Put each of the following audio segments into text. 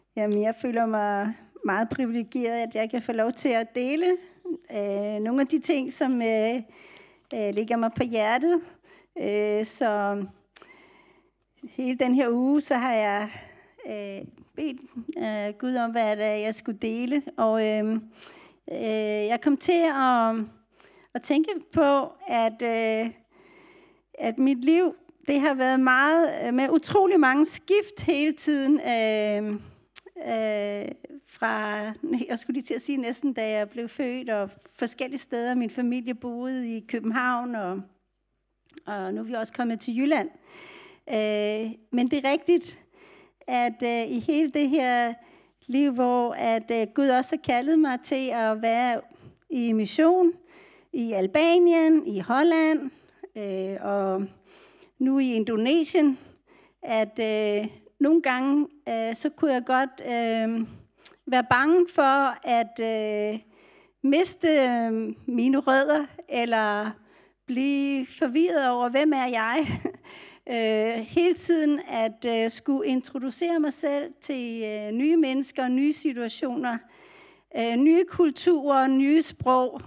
Jamen, jeg føler mig meget privilegeret, at jeg kan få lov til at dele nogle af de ting, som ligger mig på hjertet. Så hele den her uge, så har jeg bedt Gud om, hvad jeg skulle dele. Og jeg kom til at tænke på, at mit liv, det har været meget med utrolig mange skift hele tiden. Fra, jeg skulle lige til at sige næsten, da jeg blev født, og forskellige steder. Min familie boede i København, og nu er vi også kommet til Jylland. Men det er rigtigt, at i hele det her liv, hvor at Gud også har kaldet mig til at være i mission, i Albanien, i Holland, og nu i Indonesien, at nogle gange så kunne jeg godt være bange for at miste mine rødder, eller blive forvirret over, hvem er jeg? Hele tiden at skulle introducere mig selv til nye mennesker, nye situationer, nye kulturer, nye sprog.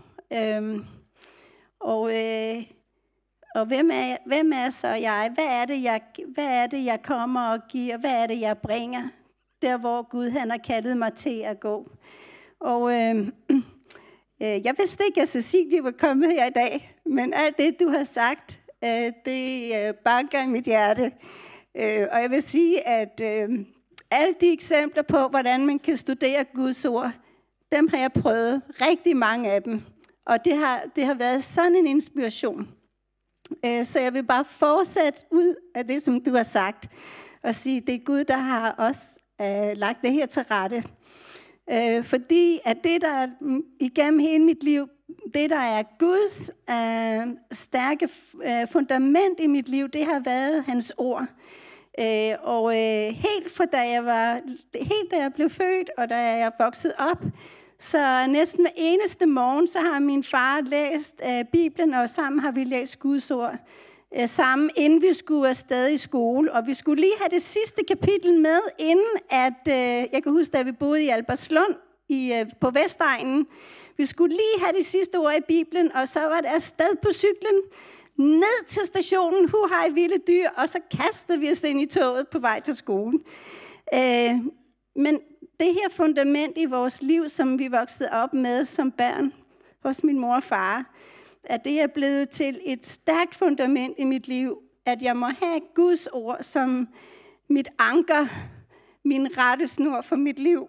Og hvem er så jeg? Hvad er det, jeg kommer og giver? Hvad er det, jeg bringer? Der, hvor Gud han har kaldet mig til at gå. Og jeg vidste ikke, at Cecilie var kommet her i dag, men alt det, du har sagt, det banker i mit hjerte. Og jeg vil sige, at alle de eksempler på, hvordan man kan studere Guds ord, dem har jeg prøvet, rigtig mange af dem. Og det har været sådan en inspiration. Så jeg vil bare fortsætte ud af det, som du har sagt, og sige, det er Gud, der har også lagt det her til rette. Fordi at det, der er igennem hele mit liv, det, der er Guds stærke fundament i mit liv, det har været hans ord. Og helt da jeg blev født, og da jeg voksede op, så næsten hver eneste morgen, så har min far læst Bibelen, og sammen har vi læst Guds ord sammen, inden vi skulle afsted i skole. Og vi skulle lige have det sidste kapitel med, inden at, jeg kan huske, da vi boede i Albertslund på Vestegnen, vi skulle lige have det sidste ord i Bibelen, og så var det afsted på cyklen, ned til stationen, hej vilde dyr, og så kastede vi os ind i toget på vej til skolen. Men det her fundament i vores liv, som vi voksede op med som børn hos min mor og far, at det er blevet til et stærkt fundament i mit liv, at jeg må have Guds ord som mit anker, min rettesnor for mit liv.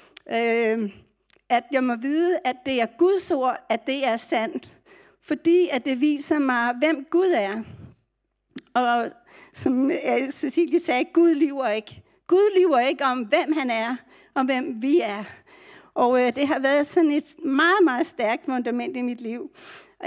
At jeg må vide, at det er Guds ord, at det er sandt, fordi at det viser mig, hvem Gud er. Og som Cecilie sagde, Gud lyver ikke. Gud lyver ikke om, hvem han er, og hvem vi er. Og det har været sådan et meget, meget stærkt fundament i mit liv. Og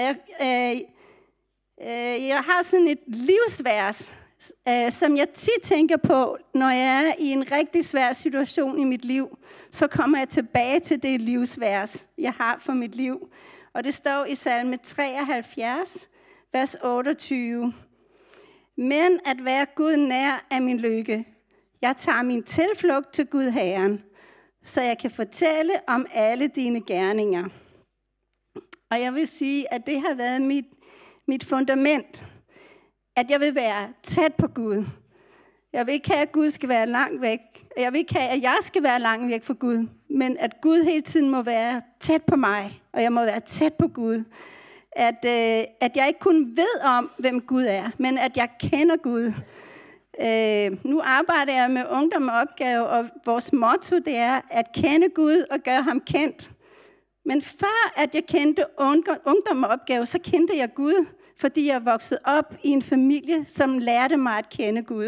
jeg har sådan et livsvers, som jeg tit tænker på, når jeg er i en rigtig svær situation i mit liv, så kommer jeg tilbage til det livsvers, jeg har for mit liv. Og det står i salme 73, vers 28. Men at være Gud nær er min lykke. Jeg tager min tilflugt til Gud Herren, så jeg kan fortælle om alle dine gerninger. Og jeg vil sige, at det har været mit fundament, at jeg vil være tæt på Gud. Jeg vil ikke have, at Gud skal være langt væk. Jeg vil ikke have, at jeg skal være langt væk fra Gud. Men at Gud hele tiden må være tæt på mig, og jeg må være tæt på Gud. At jeg ikke kun ved om, hvem Gud er, men at jeg kender Gud. Nu arbejder jeg med ungdom og opgave, og vores motto det er at kende Gud og gøre ham kendt. Men før at jeg kendte ungdom og opgave, så kendte jeg Gud, fordi jeg voksede op i en familie, som lærte mig at kende Gud.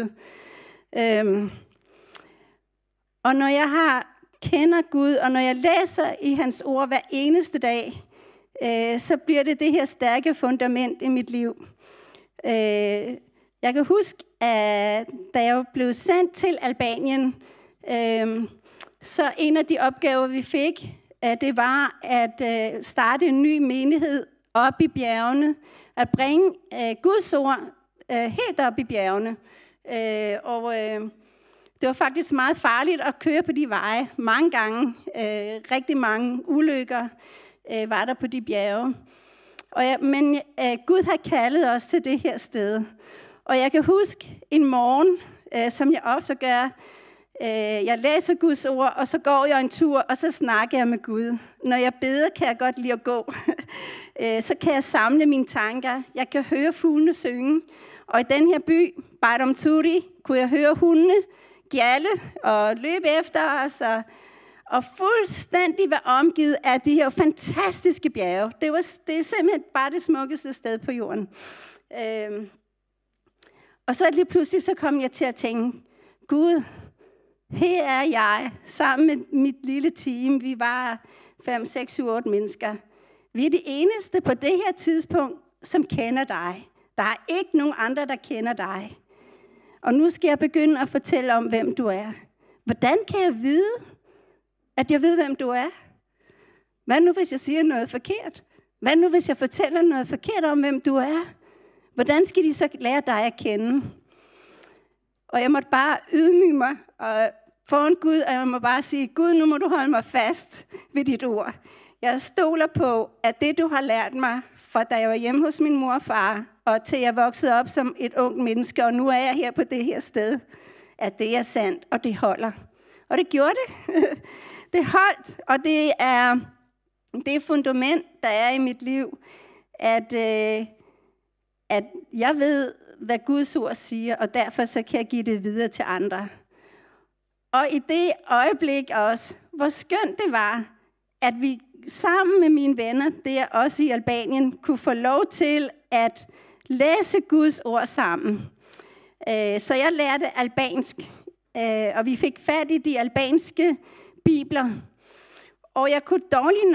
Og når jeg kender Gud, og når jeg læser i hans ord hver eneste dag, så bliver det her stærke fundament i mit liv. Jeg kan huske, at da jeg blev sendt til Albanien, så en af de opgaver, vi fik, det var at starte en ny menighed op i bjergene, at bringe Guds ord helt op i bjergene. Det var faktisk meget farligt at køre på de veje. Mange gange, rigtig mange ulykker var der på de bjerge. Men Gud har kaldet os til det her sted. Og jeg kan huske en morgen, som jeg ofte gør. Jeg læser Guds ord, og så går jeg en tur, og så snakker jeg med Gud. Når jeg beder, kan jeg godt lide at gå. Så kan jeg samle mine tanker. Jeg kan høre fuglene synge. Og i den her by, Bajramturi, kunne jeg høre hundene gjalle og løbe efter os. Og fuldstændig være omgivet af de her fantastiske bjerge. Det er simpelthen bare det smukkeste sted på jorden. Og så lige pludselig så kom jeg til at tænke, Gud, her er jeg sammen med mit lille team. Vi var 5, 6, 7, 8 mennesker. Vi er de eneste på det her tidspunkt, som kender dig. Der er ikke nogen andre, der kender dig. Og nu skal jeg begynde at fortælle om, hvem du er. Hvordan kan jeg vide, at jeg ved, hvem du er? Hvad nu, hvis jeg siger noget forkert? Hvad nu, hvis jeg fortæller noget forkert om, hvem du er? Hvordan skal de så lære dig at kende? Og jeg måtte bare ydmyge mig foran Gud, og jeg må bare sige, Gud, nu må du holde mig fast ved dit ord. Jeg stoler på, at det, du har lært mig, fra da jeg var hjemme hos min mor og far, og til jeg voksede op som et ungt menneske, og nu er jeg her på det her sted, at det er sandt, og det holder. Og det gjorde det. Det holdt, og det er fundament, der er i mit liv, at jeg ved, hvad Guds ord siger, og derfor så kan jeg give det videre til andre. Og i det øjeblik også, hvor skønt det var, at vi sammen med mine venner, der også i Albanien, kunne få lov til at læse Guds ord sammen. Så jeg lærte albansk, og vi fik fat i de albanske bibler. Og jeg kunne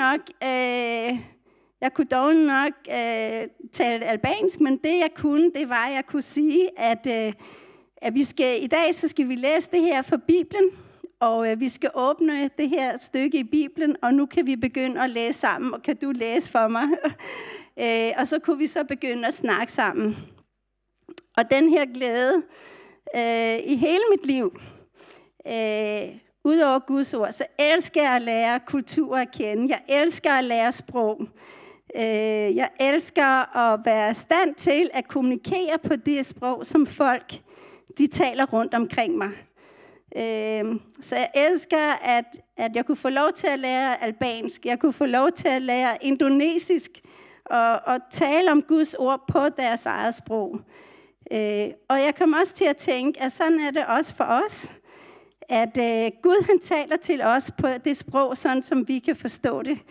dårligt nok tale albansk, men det jeg kunne, det var, at jeg kunne sige, at i dag så skal vi læse det her fra Bibelen, og vi skal åbne det her stykke i Bibelen, og nu kan vi begynde at læse sammen, og kan du læse for mig? Og så kunne vi så begynde at snakke sammen. Og den her glæde i hele mit liv, udover Guds ord, så elsker jeg at lære kultur at kende. Jeg elsker at lære sprog. Jeg elsker at være i stand til at kommunikere på det sprog, som folk de taler rundt omkring mig. Så jeg elsker, at jeg kunne få lov til at lære albansk. Jeg kunne få lov til at lære indonesisk og tale om Guds ord på deres eget sprog. Og jeg kom også til at tænke, at sådan er det også for os. At Gud han taler til os på det sprog, sådan som vi kan forstå det.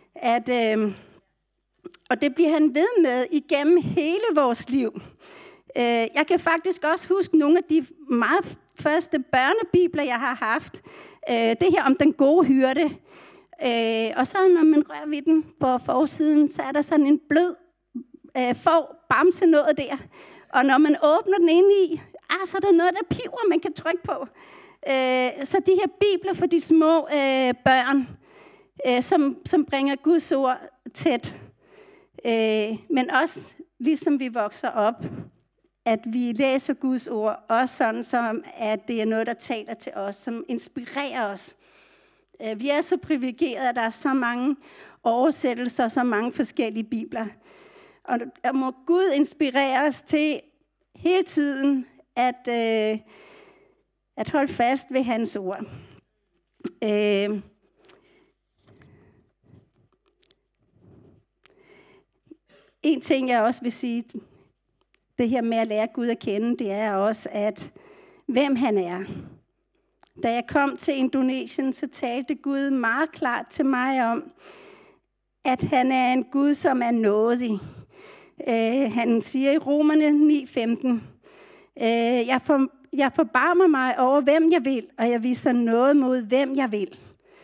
Og det bliver han ved med igennem hele vores liv. Jeg kan faktisk også huske nogle af de meget første børnebibler, jeg har haft. Det her om den gode hyrde. Og så når man rører ved den på forsiden, så er der sådan en blød bamse noget der. Og når man åbner den ind i, så er der noget, der piver, man kan trykke på. Så de her bibler for de små børn, som bringer Guds ord tæt. Men også ligesom vi vokser op, at vi læser Guds ord, også sådan som, at det er noget, der taler til os, som inspirerer os. Vi er så privilegerede, at der er så mange oversættelser, så mange forskellige bibler. Og må Gud inspirere os til hele tiden at holde fast ved hans ord. En ting, jeg også vil sige, det her med at lære Gud at kende, det er også, hvem han er. Da jeg kom til Indonesien, så talte Gud meget klart til mig om, at han er en Gud, som er nådig. Han siger i Romerne 9:15, jeg forbarmer mig over, hvem jeg vil, og jeg viser noget mod, hvem jeg vil.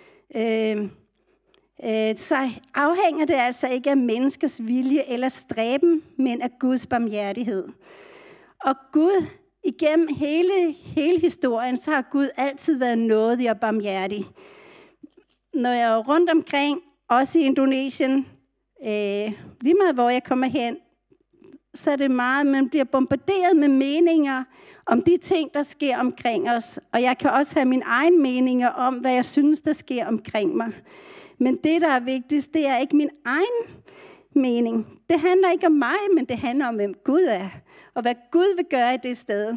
Så afhænger det altså ikke af menneskers vilje eller stræben, men af Guds barmhjertighed. Og Gud, igennem hele historien, så har Gud altid været nådig og barmhjertig. Når jeg er rundt omkring, også i Indonesien, lige meget hvor jeg kommer hen, så er det meget, man bliver bombarderet med meninger om de ting, der sker omkring os. Og jeg kan også have mine egne meninger om, hvad jeg synes, der sker omkring mig. Men det, der er vigtigst, det er ikke min egen mening. Det handler ikke om mig, men det handler om, hvem Gud er. Og hvad Gud vil gøre i det sted.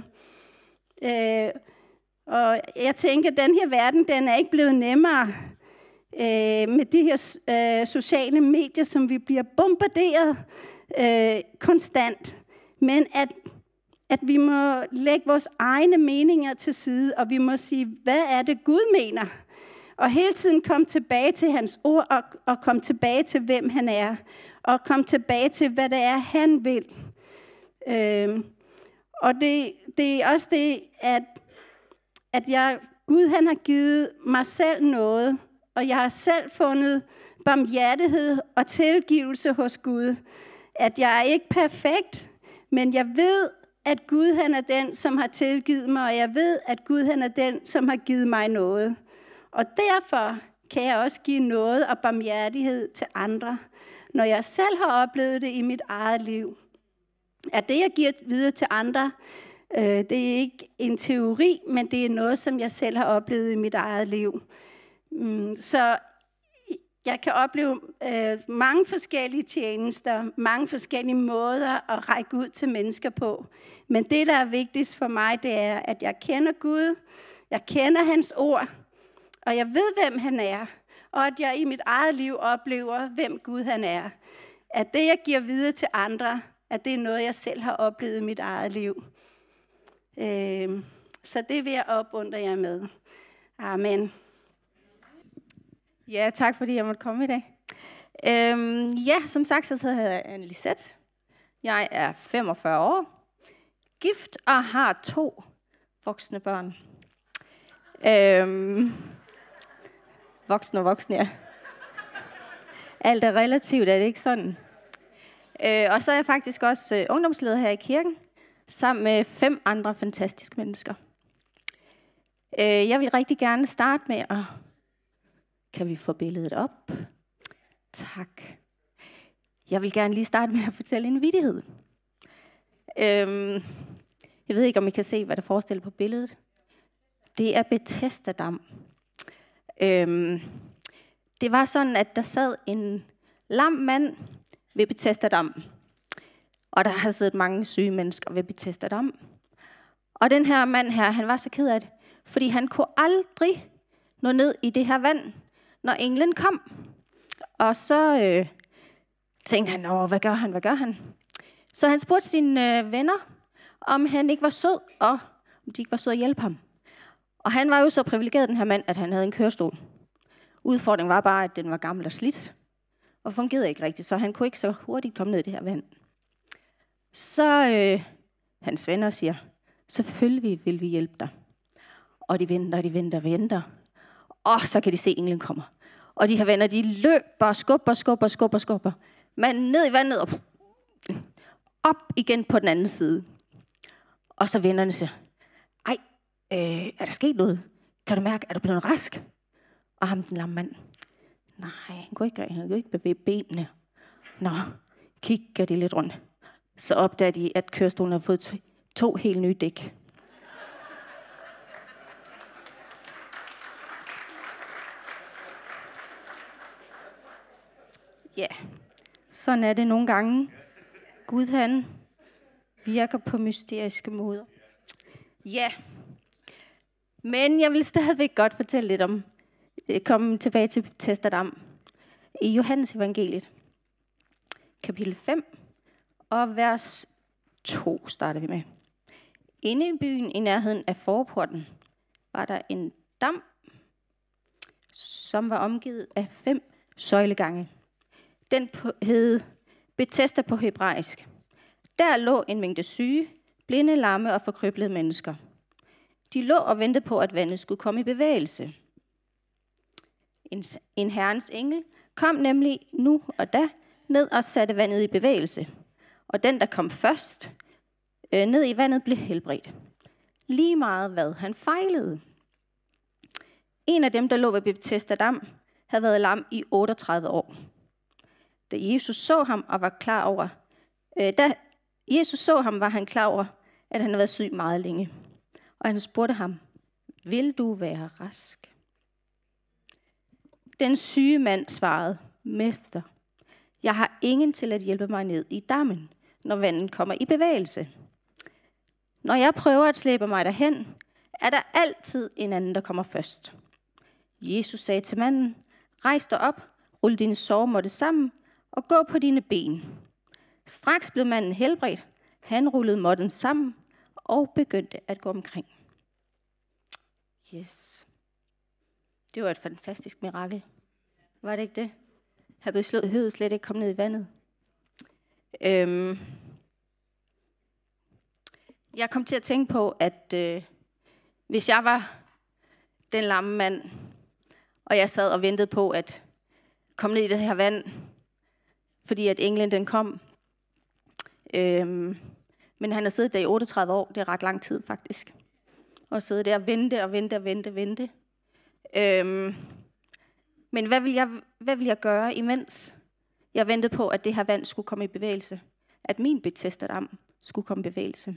Og jeg tænker, at den her verden, den er ikke blevet nemmere med de her sociale medier, som vi bliver bombarderet konstant. Men at vi må lægge vores egne meninger til side, og vi må sige, hvad er det Gud mener? Og hele tiden komme tilbage til hans ord, og komme tilbage til, hvem han er. Og komme tilbage til, hvad det er, han vil. Og det er også det, at Gud han har givet mig selv noget, og jeg har selv fundet barmhjertighed og tilgivelse hos Gud. At jeg er ikke perfekt, men jeg ved, at Gud han er den, som har tilgivet mig, og jeg ved, at Gud han er den, som har givet mig noget. Og derfor kan jeg også give noget og barmhjertighed til andre, når jeg selv har oplevet det i mit eget liv. At det, jeg giver videre til andre, det er ikke en teori, men det er noget, som jeg selv har oplevet i mit eget liv. Så jeg kan opleve mange forskellige tjenester, mange forskellige måder at række ud til mennesker på. Men det, der er vigtigst for mig, det er, at jeg kender Gud, jeg kender hans ord, og jeg ved, hvem han er. Og at jeg i mit eget liv oplever, hvem Gud han er. At det, jeg giver videre til andre, at det er noget, jeg selv har oplevet i mit eget liv. Så det vil jeg opmuntre jer med. Amen. Ja, tak fordi jeg måtte komme i dag. Som sagt, så hedder jeg Anne-Lisette. Jeg er 45 år, gift og har 2 voksne børn. Voksne, ja. Alt er relativt, er det ikke sådan? Og så er jeg faktisk også ungdomsleder her i kirken, sammen med 5 andre fantastiske mennesker. Jeg vil rigtig gerne starte med at... Kan vi få billedet op? Tak. Jeg vil gerne lige starte med at fortælle en vittighed. Jeg ved ikke, om I kan se, hvad der forestiller på billedet. Det er Bethesda-dam. Det var sådan, at der sad en lam mand ved Bethesda-dam. Og der har siddet mange syge mennesker ved Bethesda-dam. Og den her mand her, han var så ked af det, fordi han kunne aldrig nå ned i det her vand, når englen kom. Og så tænkte han, hvad gør han? Så han spurgte sine venner, om han ikke var sød, og om de ikke var søde at hjælpe ham. Og han var jo så privilegeret, den her mand, at han havde en kørestol. Udfordringen var bare, at den var gammel og slidt, og fungerede ikke rigtigt, så han kunne ikke så hurtigt komme ned i det her vand. Så hans venner siger, selvfølgelig vil vi hjælpe dig. Og de venter. Og så kan de se, at englen kommer. Og de her venner, de løber og skubber. Men ned i vandet og op igen på den anden side. Og så vennerne siger, er der sket noget? Kan du mærke, er du blevet rask? Og ham, den lamme mand, nej, han kunne ikke bevæge benene. Nå, kigger de lidt rundt. Så opdager de, at kørestolen har fået 2 helt nye dæk. Ja, sådan er det nogle gange. Gud han virker på mysteriske måder. Ja, men jeg vil stadigvæk godt fortælle lidt om, komme tilbage til Bethesda-dam. I Johannes evangeliet, kapitel 5, og vers 2 starter vi med. Inde i byen i nærheden af forporten var der en dam, som var omgivet af 5 søjlegange. Den hed Bethesda på hebraisk. Der lå en mængde syge, blinde, lamme og forkrøblede mennesker. De lå og ventede på, at vandet skulle komme i bevægelse. En herrens engel kom nemlig nu og da ned og satte vandet i bevægelse. Og den, der kom først ned i vandet, blev helbredt. Lige meget hvad han fejlede. En af dem, der lå ved Bethesda-dam, havde været lam i 38 år. Da Jesus så ham og var klar over, Jesus så ham, var han klar over, at han havde været syg meget længe. Og han spurgte ham, vil du være rask? Den syge mand svarede, mester, jeg har ingen til at hjælpe mig ned i dammen, når vandet kommer i bevægelse. Når jeg prøver at slæbe mig derhen, er der altid en anden, der kommer først. Jesus sagde til manden, rejs dig op, rul dine sårmåtte sammen og gå på dine ben. Straks blev manden helbredt. Han rullede måtten sammen og begyndte at gå omkring. Yes. Det var et fantastisk mirakel. Var det ikke det? Han behøvede slet ikke komme ned i vandet. Jeg kom til at tænke på, at hvis jeg var den lamme mand, og jeg sad og ventede på at komme ned i det her vand, fordi at englen den kom. Men han har siddet der i 38 år, det er ret lang tid faktisk. Og sidde der og vente. Men hvad vil jeg gøre, imens jeg ventede på, at det her vand skulle komme i bevægelse? At min Bethesda-dam skulle komme i bevægelse.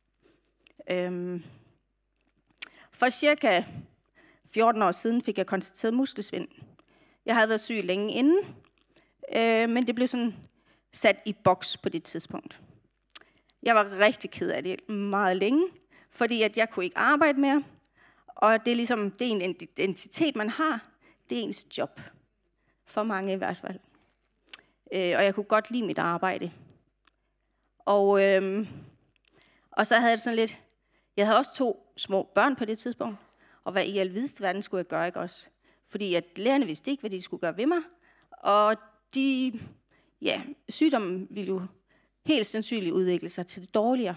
For cirka 14 år siden fik jeg konstateret muskelsvind. Jeg havde været syg længe inden, men det blev sådan sat i boks på det tidspunkt. Jeg var rigtig ked af det meget længe, fordi at jeg kunne ikke arbejde mere. Og det er ligesom, det er en identitet, man har. Det er ens job. For mange i hvert fald. Og jeg kunne godt lide mit arbejde. Og så havde jeg sådan lidt, jeg havde også 2 små børn på det tidspunkt. Og hvad i alvideste verden skulle jeg gøre, ikke også? Fordi at lærerne vidste ikke, hvad de skulle gøre ved mig. Og sygdommen ville jo helt sandsynligt udvikle sig til det dårligere.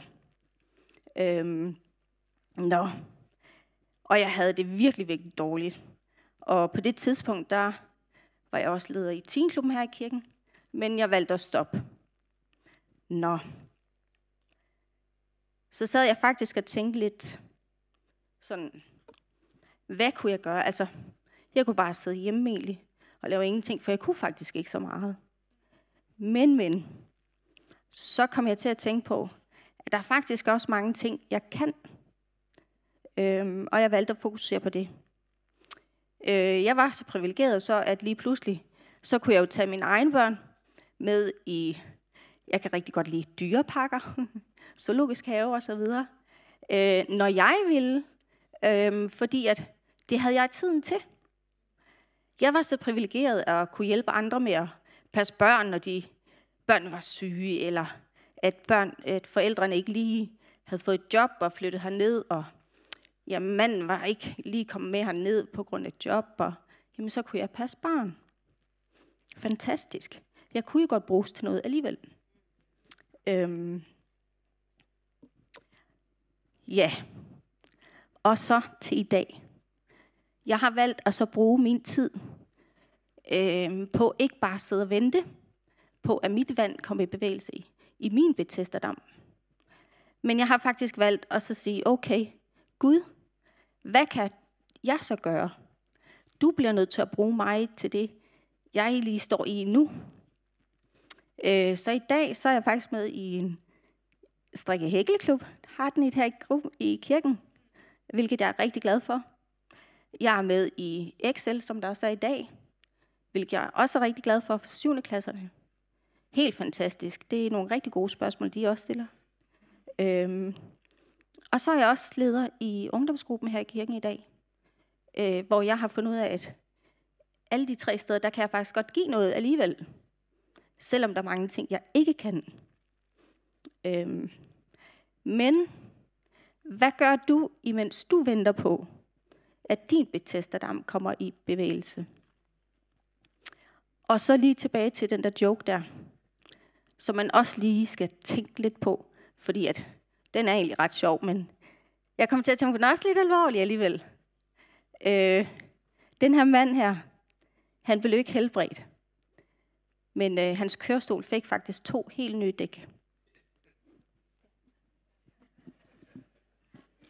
Og jeg havde det virkelig, virkelig dårligt. Og på det tidspunkt, der var jeg også leder i teenklubben her i kirken. Men jeg valgte at stoppe. Så sad jeg faktisk og tænkte lidt sådan, hvad kunne jeg gøre? Altså, jeg kunne bare sidde hjemme egentlig og lave ingenting, for jeg kunne faktisk ikke så meget. Men, så kom jeg til at tænke på, at der er faktisk også mange ting, jeg kan. Og jeg valgte at fokusere på det. Jeg var så privilegeret så, at lige pludselig, så kunne jeg jo tage mine egne børn med i, jeg kan rigtig godt lide dyreparker, zoologisk have og så videre, når jeg ville, fordi at det havde jeg tiden til. Jeg var så privilegeret at kunne hjælpe andre med at passe børn, når børn var syge, eller at forældrene ikke lige havde fået et job og flyttet herned, og manden var ikke lige kommet med herned på grund af job, og så kunne jeg passe barn. Fantastisk. Jeg kunne jo godt bruges til noget alligevel. Og så til i dag. Jeg har valgt at så bruge min tid på ikke bare at sidde og vente på, at mit vand kommer i bevægelse i min Bethesda-dam. Men jeg har faktisk valgt at så sige, okay, Gud, hvad kan jeg så gøre? Du bliver nødt til at bruge mig til det, jeg lige står i nu. Så i dag så er jeg faktisk med i en strikke-hækleklub. Har den her i kirken, hvilket jeg er rigtig glad for. Jeg er med i Excel, som der også er i dag, hvilket jeg også er rigtig glad for 7. klasserne. Helt fantastisk. Det er nogle rigtig gode spørgsmål, de også stiller. Og så er jeg også leder i ungdomsgruppen her i kirken i dag, hvor jeg har fundet ud af, at alle de 3 steder, der kan jeg faktisk godt give noget alligevel. Selvom der er mange ting, jeg ikke kan. Men hvad gør du, imens du venter på, at din Bethesda-dam kommer i bevægelse? Og så lige tilbage til den der joke der, som man også lige skal tænke lidt på, fordi at den er egentlig ret sjov, men jeg kommer til at tænke på den også lidt alvorlig alligevel. Den her mand her, han blev ikke helbredt, men hans kørestol fik faktisk 2 helt nye dæk.